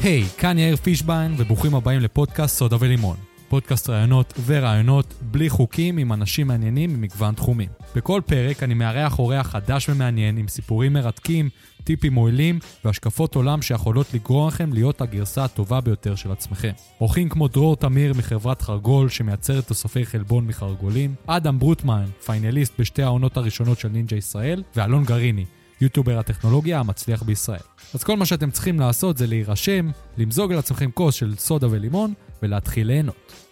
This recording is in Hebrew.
היי, כאן יאיר פישביין וברוכים הבאים לפודקאסט סודה ולימון. פודקאסט רעיונות ורעיונות בלי חוקים עם אנשים מעניינים ממגוון תחומים. בכל פרק אני מארח אורח חדש ומעניין עם סיפורים מרתקים, טיפים מועילים והשקפות עולם שיכולות לגרום לכם להיות הגרסה הטובה ביותר של עצמכם. אורחים כמו דרור תמיר מחברת חרגול שמייצרת תוספי חלבון מחרגולים, אדם ברוטמן, פיינליסט בשתי העונות הראשונות של נינג'ה ישראל, ואלון גריני, יוטיובר הטכנולוגיה המצליח בישראל. אז כל מה שאתם צריכים לעשות זה להירשם, למזוג לעצמכם כוס של סודה ולימון ולהתחיל ליהנות.